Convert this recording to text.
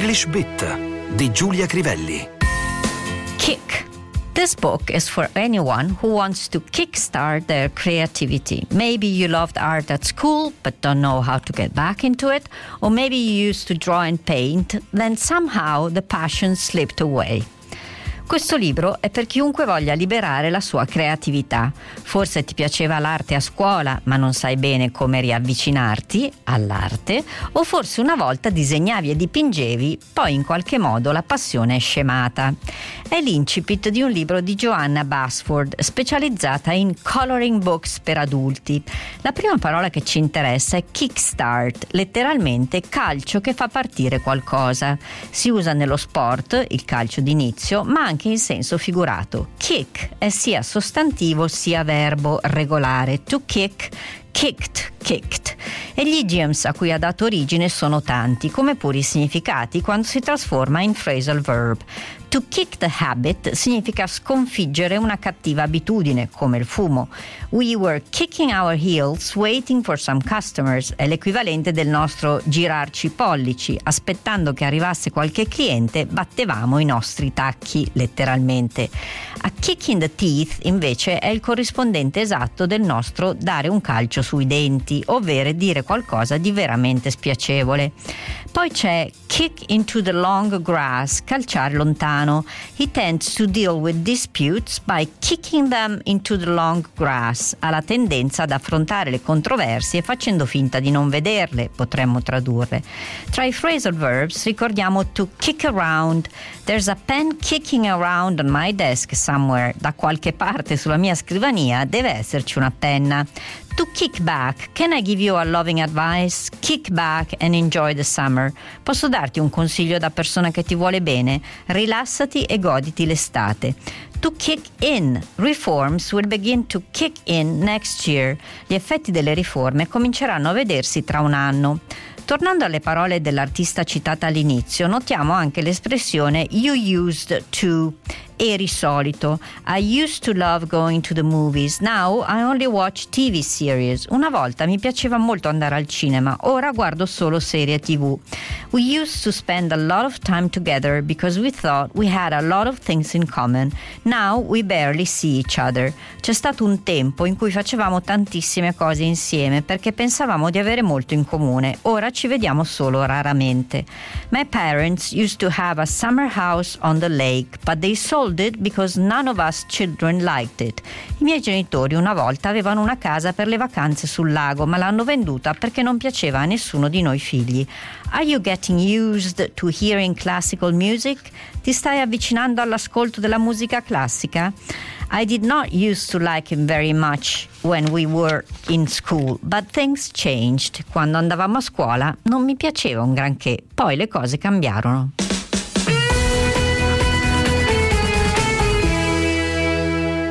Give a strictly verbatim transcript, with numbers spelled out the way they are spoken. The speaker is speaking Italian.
English Bit di Giulia Crivelli. Kick. This book is for anyone who wants to kickstart their creativity. Maybe you loved art at school but don't know how to get back into it, or maybe you used to draw and paint, then somehow the passion slipped away. Questo libro è per chiunque voglia liberare la sua creatività. Forse ti piaceva l'arte a scuola, ma non sai bene come riavvicinarti all'arte, o forse una volta disegnavi e dipingevi, poi in qualche modo la passione è scemata. È l'incipit di un libro di Joanna Basford, specializzata in coloring books per adulti. La prima parola che ci interessa è kickstart, letteralmente calcio che fa partire qualcosa. Si usa nello sport, il calcio d'inizio, ma anche anche in senso figurato. Kick è sia sostantivo sia verbo regolare. To kick, kicked, kicked. E gli idioms a cui ha dato origine sono tanti, come pure i significati quando si trasforma in phrasal verb. To kick the habit significa sconfiggere una cattiva abitudine, come il fumo. We were kicking our heels waiting for some customers è l'equivalente del nostro girarci i pollici. Aspettando che arrivasse qualche cliente, battevamo i nostri tacchi, letteralmente. A kick in the teeth, invece, è il corrispondente esatto del nostro dare un calcio sui denti, ovvero dire qualcosa di veramente spiacevole. Poi c'è kick into the long grass, calciare lontano. He tends to deal with disputes by kicking them into the long grass. Ha la tendenza ad affrontare le controversie facendo finta di non vederle, potremmo tradurre. Tra i phrasal verbs ricordiamo to kick around. There's a pen kicking around on my desk somewhere. Da qualche parte sulla mia scrivania deve esserci una penna. To kick back, can I give you a loving advice? Kick back and enjoy the summer. Posso darti un consiglio da persona che ti vuole bene? Rilassati e goditi l'estate. To kick in, reforms will begin to kick in next year. Gli effetti delle riforme cominceranno a vedersi tra un anno. Tornando alle parole dell'artista citata all'inizio, notiamo anche l'espressione you used to. Eri solito. I used to love going to the movies. Now I only watch T V series. Una volta mi piaceva molto andare al cinema, ora guardo solo serie tivù. We used to spend a lot of time together because we thought we had a lot of things in common. Now we barely see each other. C'è stato un tempo in cui facevamo tantissime cose insieme perché pensavamo di avere molto in comune. Ora ci vediamo solo raramente. My parents used to have a summer house on the lake, but they sold it because none of us children liked it. I miei genitori una volta avevano una casa per le vacanze sul lago, ma l'hanno venduta perché non piaceva a nessuno di noi figli. Are you getting used to hearing classical music? Ti stai avvicinando all'ascolto della musica classica? I did not used to like him very much when we were in school, but things changed. Quando andavamo a scuola non mi piaceva un granché, poi le cose cambiarono.